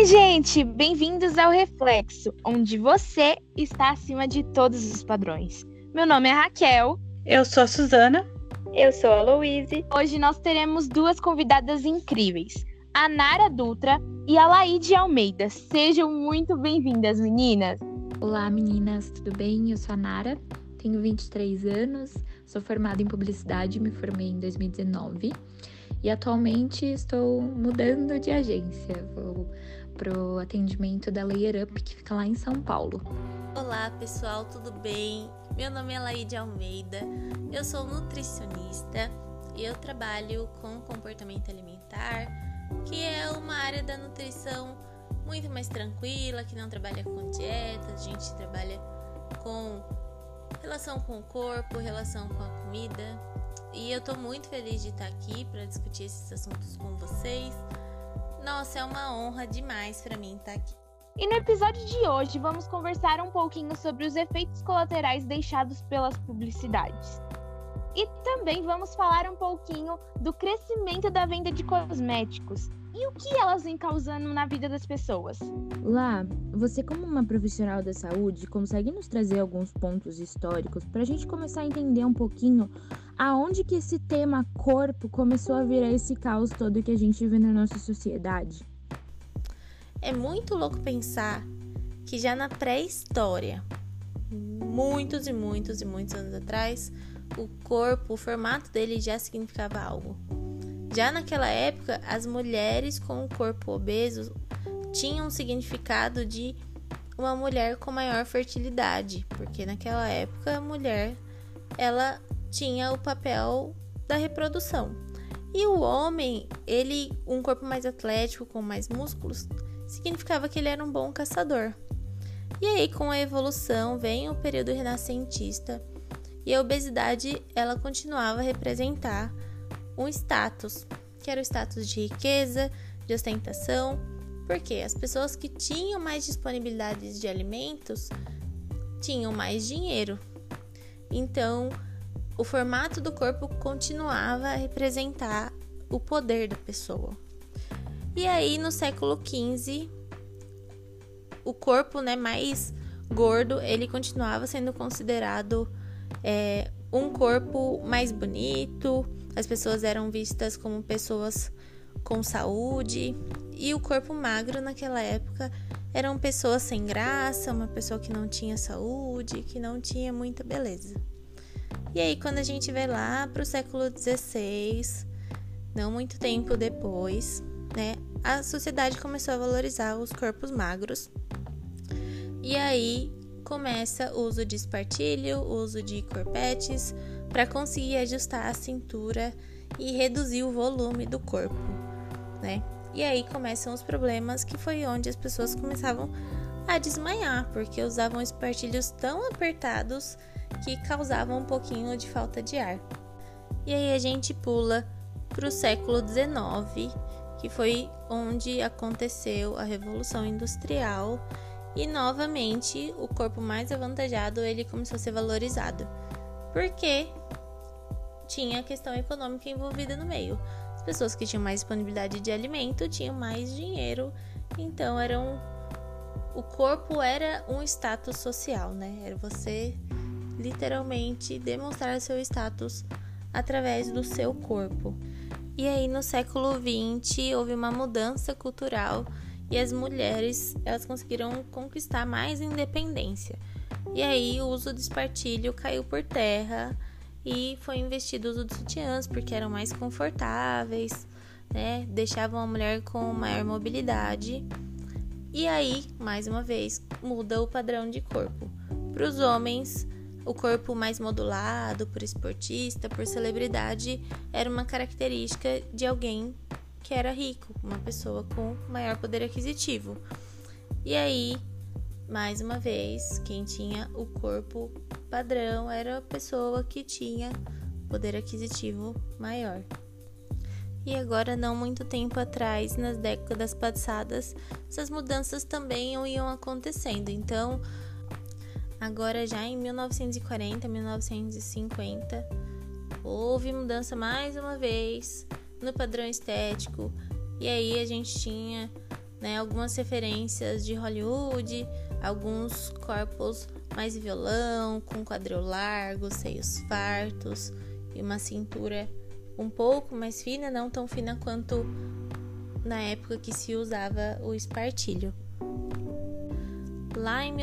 Oi, gente! Bem-vindos ao Reflexo, onde você está acima de todos os padrões. Meu nome é Raquel. Eu sou a Suzana. Eu sou a Louise. Hoje nós teremos duas convidadas incríveis, a Nara Dutra e a Laíde Almeida. Sejam muito bem-vindas, meninas! Olá, meninas, tudo bem? Eu sou a Nara, tenho 23 anos, sou formada em publicidade, me formei em 2019 e atualmente estou mudando de agência. Vou pro atendimento da Layer Up, que fica lá em São Paulo. Olá, pessoal, tudo bem? Meu nome é Laíde Almeida, eu sou nutricionista e eu trabalho com comportamento alimentar, que é uma área da nutrição muito mais tranquila, que não trabalha com dieta, a gente trabalha com relação com o corpo, relação com a comida. E eu tô muito feliz de estar aqui para discutir esses assuntos com vocês. Nossa, é uma honra demais para mim estar aqui. E no episódio de hoje vamos conversar um pouquinho sobre os efeitos colaterais deixados pelas publicidades. E também vamos falar um pouquinho do crescimento da venda de cosméticos e o que elas vêm causando na vida das pessoas. Lá, você como uma profissional da saúde, consegue nos trazer alguns pontos históricos para a gente começar a entender um pouquinho aonde que esse tema corpo começou a virar esse caos todo que a gente vê na nossa sociedade? É muito louco pensar que já na pré-história, muitos anos atrás, o corpo, o formato dele já significava algo. Já naquela época, as mulheres com o corpo obeso tinham um significado de uma mulher com maior fertilidade, porque naquela época a mulher, ela tinha o papel da reprodução. E o homem, um corpo mais atlético, com mais músculos, significava que ele era um bom caçador. E aí, com a evolução, vem o período renascentista, e a obesidade, ela continuava a representar um status, que era o status de riqueza, de ostentação, porque as pessoas que tinham mais disponibilidades de alimentos tinham mais dinheiro. Então, o formato do corpo continuava a representar o poder da pessoa. E aí, no século XV, o corpo, mais gordo, ele continuava sendo considerado um corpo mais bonito. As pessoas eram vistas como pessoas com saúde, e o corpo magro naquela época eram pessoas sem graça, uma pessoa que não tinha saúde, que não tinha muita beleza. E aí, quando a gente vai lá para o século XVI, não muito tempo depois, a sociedade começou a valorizar os corpos magros. E aí começa o uso de espartilho, o uso de corpetes, para conseguir ajustar a cintura e reduzir o volume do corpo, E aí começam os problemas, que foi onde as pessoas começavam a desmaiar, porque usavam espartilhos tão apertados que causavam um pouquinho de falta de ar. E aí a gente pula para o século XIX, que foi onde aconteceu a Revolução Industrial, e novamente o corpo mais avantajado ele começou a ser valorizado, porque tinha a questão econômica envolvida no meio. As pessoas que tinham mais disponibilidade de alimento tinham mais dinheiro, então o corpo era um status social, Era você literalmente demonstrar seu status através do seu corpo. E aí no século XX houve uma mudança cultural e as mulheres, elas conseguiram conquistar mais independência. E aí o uso do espartilho caiu por terra e foi investido o uso de sutiãs, porque eram mais confortáveis, Deixavam a mulher com maior mobilidade. E aí, mais uma vez, muda o padrão de corpo. Para os homens, o corpo mais modulado, por esportista, por celebridade, era uma característica de alguém que era rico, uma pessoa com maior poder aquisitivo. E aí, mais uma vez, quem tinha o corpo padrão era a pessoa que tinha poder aquisitivo maior. E agora, não muito tempo atrás, nas décadas passadas, essas mudanças também iam acontecendo. Então, agora já em 1940, 1950, houve mudança mais uma vez no padrão estético. E aí a gente tinha né, algumas referências de Hollywood, alguns corpos mais violão, com quadril largo, seios fartos e uma cintura um pouco mais fina, não tão fina quanto na época que se usava o espartilho. Lá em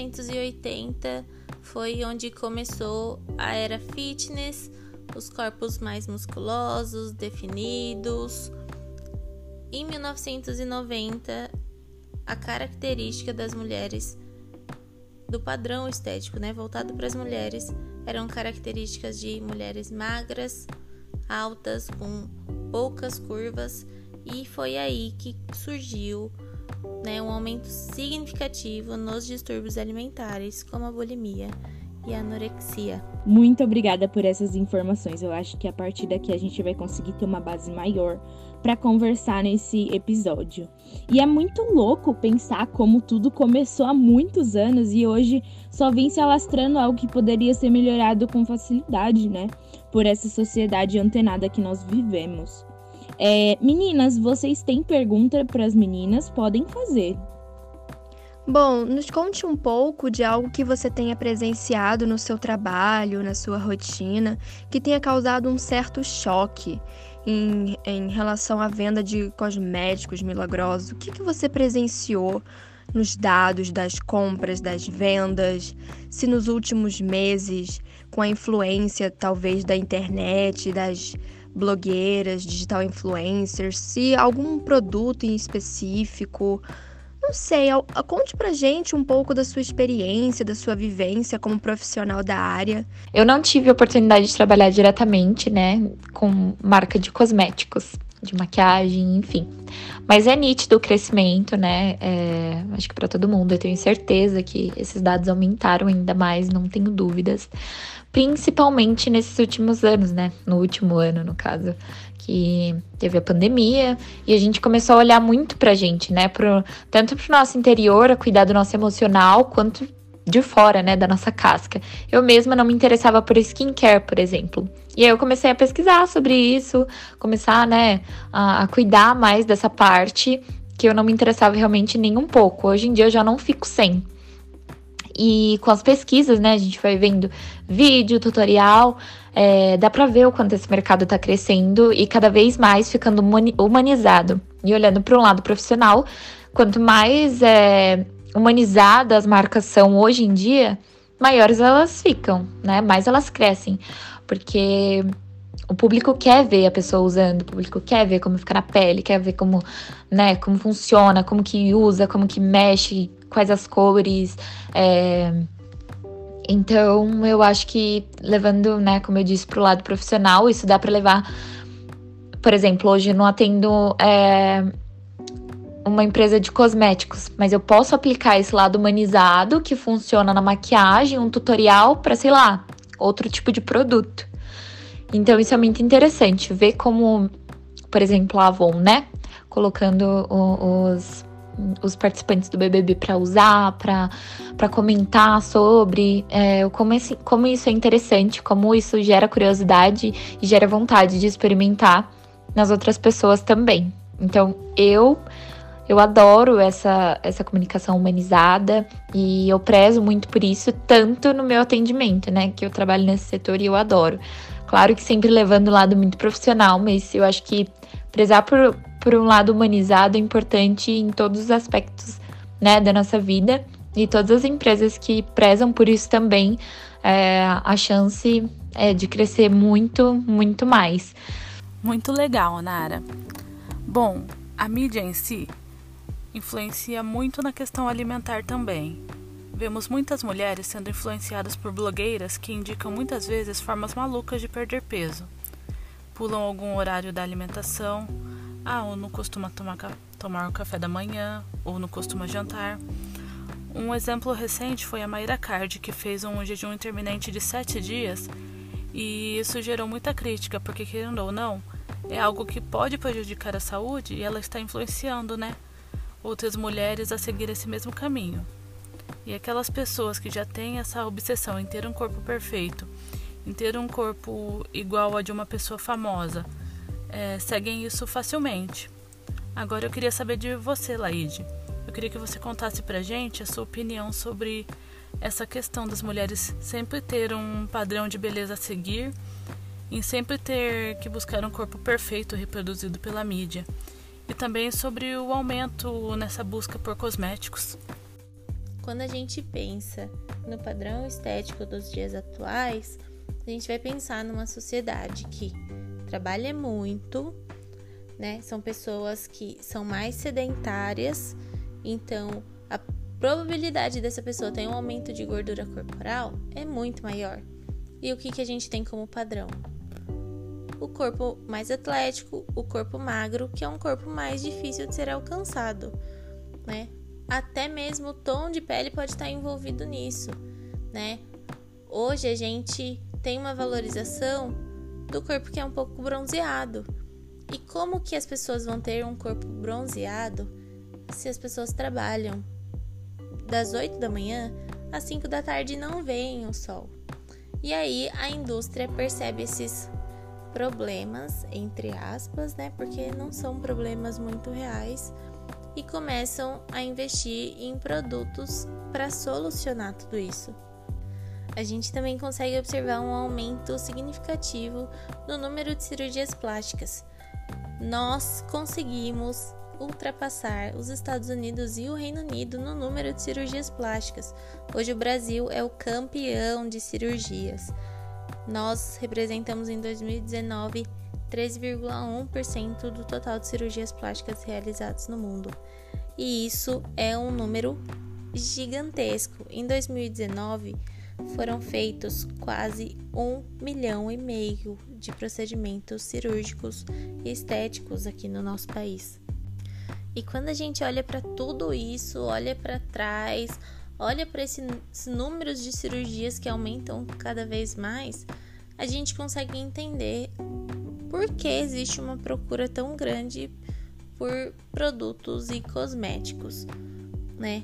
1980 foi onde começou a era fitness, os corpos mais musculosos, definidos. Em 1990, a característica das mulheres, do padrão estético, né, voltado para as mulheres, eram características de mulheres magras, altas, com poucas curvas, e foi aí que surgiu, né, um aumento significativo nos distúrbios alimentares, como a bulimia e a anorexia. Muito obrigada por essas informações. Eu acho que a partir daqui a gente vai conseguir ter uma base maior para conversar nesse episódio. E é muito louco pensar como tudo começou há muitos anos e hoje só vem se alastrando algo que poderia ser melhorado com facilidade, né? Por essa sociedade antenada que nós vivemos. Meninas, vocês têm pergunta para as meninas? Podem fazer. Bom, nos conte um pouco de algo que você tenha presenciado no seu trabalho, na sua rotina, que tenha causado um certo choque em relação à venda de cosméticos milagrosos. O que você presenciou nos dados das compras, das vendas? Se nos últimos meses, com a influência talvez da internet, das blogueiras, digital influencers, se algum produto em específico... Não sei, conte pra gente um pouco da sua experiência, da sua vivência como profissional da área. Eu não tive a oportunidade de trabalhar diretamente, né, com marca de cosméticos, de maquiagem, enfim. Mas é nítido o crescimento, né, acho que pra todo mundo. Eu tenho certeza que esses dados aumentaram ainda mais, não tenho dúvidas. Principalmente nesses últimos anos, né, no último ano, no caso, que teve a pandemia e a gente começou a olhar muito pra gente, né, tanto pro nosso interior, a cuidar do nosso emocional, quanto de fora, né, da nossa casca. Eu mesma não me interessava por skincare, por exemplo. E aí eu comecei a pesquisar sobre isso, começar, né, a cuidar mais dessa parte que eu não me interessava realmente nem um pouco. Hoje em dia eu já não fico sem. E com as pesquisas, né, a gente vai vendo vídeo, tutorial, dá pra ver o quanto esse mercado tá crescendo e cada vez mais ficando humanizado. E olhando para um lado profissional, quanto mais humanizadas as marcas são hoje em dia, maiores elas ficam, né, mais elas crescem. Porque o público quer ver a pessoa usando, o público quer ver como fica na pele, quer ver como, né, como funciona, como que usa, como que mexe, quais as cores. Então, eu acho que levando, né, como eu disse, pro lado profissional, isso dá para levar. Por exemplo, hoje eu não atendo uma empresa de cosméticos, mas eu posso aplicar esse lado humanizado que funciona na maquiagem, um tutorial para, sei lá, outro tipo de produto. Então, isso é muito interessante, ver como, por exemplo, a Avon, né, colocando os participantes do BBB para usar, para comentar sobre como isso é interessante, como isso gera curiosidade e gera vontade de experimentar nas outras pessoas também. Então, eu adoro essa comunicação humanizada e eu prezo muito por isso, tanto no meu atendimento, né, que eu trabalho nesse setor e eu adoro. Claro que sempre levando o lado muito profissional, mas eu acho que prezar por um lado humanizado é importante em todos os aspectos, né, da nossa vida. E todas as empresas que prezam por isso também, a chance é de crescer muito, muito mais. Muito legal, Nara. Bom, a mídia em si influencia muito na questão alimentar também. Vemos muitas mulheres sendo influenciadas por blogueiras que indicam muitas vezes formas malucas de perder peso. Pulam algum horário da alimentação, ou não costuma tomar o café da manhã, ou não costuma jantar. Um exemplo recente foi a Mayra Card, que fez um jejum intermitente de 7 dias, e isso gerou muita crítica, porque querendo ou não, é algo que pode prejudicar a saúde e ela está influenciando, né, outras mulheres a seguir esse mesmo caminho. E aquelas pessoas que já têm essa obsessão em ter um corpo perfeito, em ter um corpo igual a de uma pessoa famosa, seguem isso facilmente. Agora eu queria saber de você, Laide. Eu queria que você contasse pra gente a sua opinião sobre essa questão das mulheres sempre ter um padrão de beleza a seguir e sempre ter que buscar um corpo perfeito reproduzido pela mídia. E também sobre o aumento nessa busca por cosméticos. Quando a gente pensa no padrão estético dos dias atuais, a gente vai pensar numa sociedade que trabalha muito, né? São pessoas que são mais sedentárias, então a probabilidade dessa pessoa ter um aumento de gordura corporal é muito maior. E o que a gente tem como padrão? O corpo mais atlético, o corpo magro, que é um corpo mais difícil de ser alcançado, né? Até mesmo o tom de pele pode estar envolvido nisso, né? Hoje a gente tem uma valorização do corpo que é um pouco bronzeado. E como que as pessoas vão ter um corpo bronzeado se as pessoas trabalham das 8 da manhã às 5 da tarde e não veem o sol? E aí a indústria percebe esses problemas, entre aspas, né? Porque não são problemas muito reais, e começam a investir em produtos para solucionar tudo isso. A gente também consegue observar um aumento significativo no número de cirurgias plásticas. Nós conseguimos ultrapassar os Estados Unidos e o Reino Unido no número de cirurgias plásticas. Hoje o Brasil é o campeão de cirurgias. Nós representamos em 2019 13,1% do total de cirurgias plásticas realizadas no mundo. E isso é um número gigantesco. Em 2019, foram feitos quase 1,5 milhão de procedimentos cirúrgicos e estéticos aqui no nosso país. E quando a gente olha para tudo isso, olha para trás, olha para esses números de cirurgias que aumentam cada vez mais, a gente consegue entender por que existe uma procura tão grande por produtos e cosméticos, né?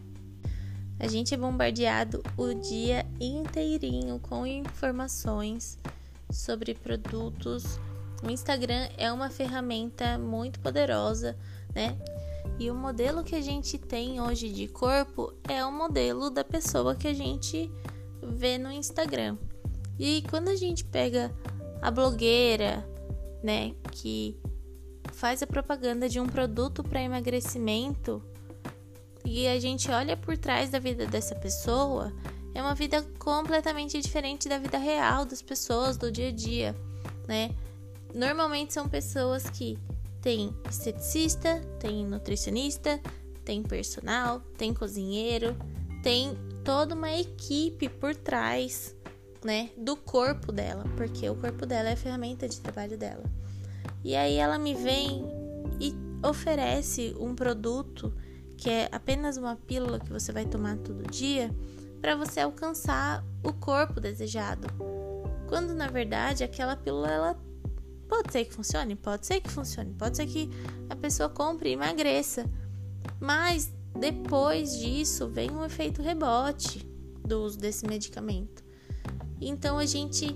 A gente é bombardeado o dia inteirinho com informações sobre produtos. O Instagram é uma ferramenta muito poderosa, né? E o modelo que a gente tem hoje de corpo é o modelo da pessoa que a gente vê no Instagram. E quando a gente pega a blogueira, né, que faz a propaganda de um produto para emagrecimento, e a gente olha por trás da vida dessa pessoa, é uma vida completamente diferente da vida real das pessoas do dia a dia, né? Normalmente são pessoas que têm esteticista, têm nutricionista, tem personal, tem cozinheiro, tem toda uma equipe por trás, né, do corpo dela, porque o corpo dela é a ferramenta de trabalho dela. E aí ela me vem e oferece um produto que é apenas uma pílula que você vai tomar todo dia para você alcançar o corpo desejado. Quando na verdade aquela pílula, ela pode ser que funcione, pode ser que a pessoa compre e emagreça, mas depois disso vem um efeito rebote do uso desse medicamento. Então a gente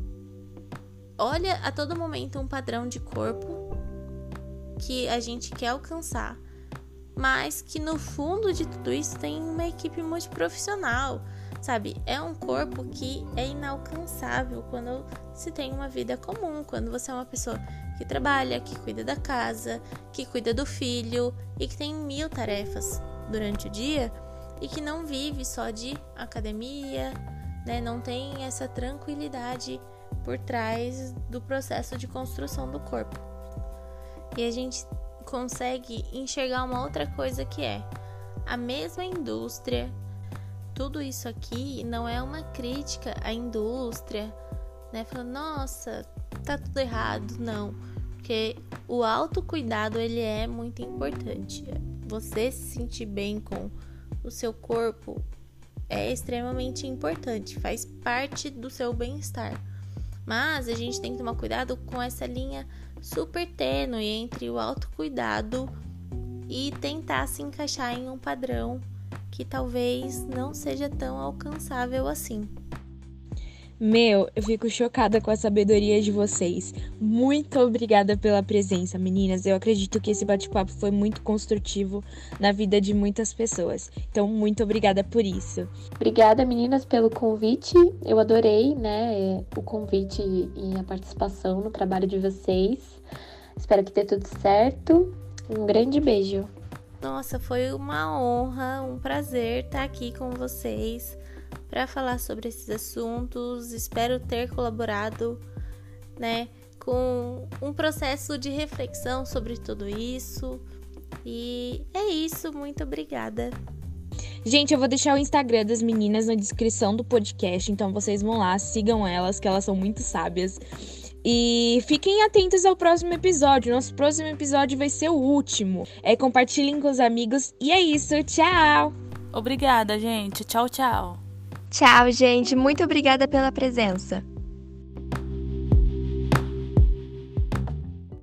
olha a todo momento um padrão de corpo que a gente quer alcançar, mas que no fundo de tudo isso tem uma equipe multiprofissional, sabe? É um corpo que é inalcançável quando se tem uma vida comum, quando você é uma pessoa que trabalha, que cuida da casa, que cuida do filho e que tem 1000 tarefas durante o dia e que não vive só de academia, né? Não tem essa tranquilidade por trás do processo de construção do corpo. E a gente consegue enxergar uma outra coisa, que é a mesma indústria. Tudo isso aqui não é uma crítica à indústria, né? Falando, nossa, tá tudo errado. Não, porque o autocuidado, ele é muito importante. Você se sentir bem com o seu corpo é extremamente importante, faz parte do seu bem-estar. Mas a gente tem que tomar cuidado com essa linha super tênue entre o autocuidado e tentar se encaixar em um padrão que talvez não seja tão alcançável assim. Eu fico chocada com a sabedoria de vocês. Muito obrigada pela presença, meninas. Eu acredito que esse bate-papo foi muito construtivo na vida de muitas pessoas. Então, muito obrigada por isso. Obrigada, meninas, pelo convite. Eu adorei, né, o convite e a participação no trabalho de vocês. Espero que dê tudo certo. Um grande beijo. Nossa, foi uma honra, um prazer estar aqui com vocês para falar sobre esses assuntos. Espero ter colaborado, né, com um processo de reflexão sobre tudo isso. E é isso, muito obrigada. Gente, eu vou deixar o Instagram das meninas na descrição do podcast, então vocês vão lá, sigam elas, que elas são muito sábias. E fiquem atentos ao próximo episódio. Nosso próximo episódio vai ser o último. Compartilhem com os amigos. E é isso, tchau! Obrigada, gente. Tchau, tchau. Tchau, gente. Muito obrigada pela presença.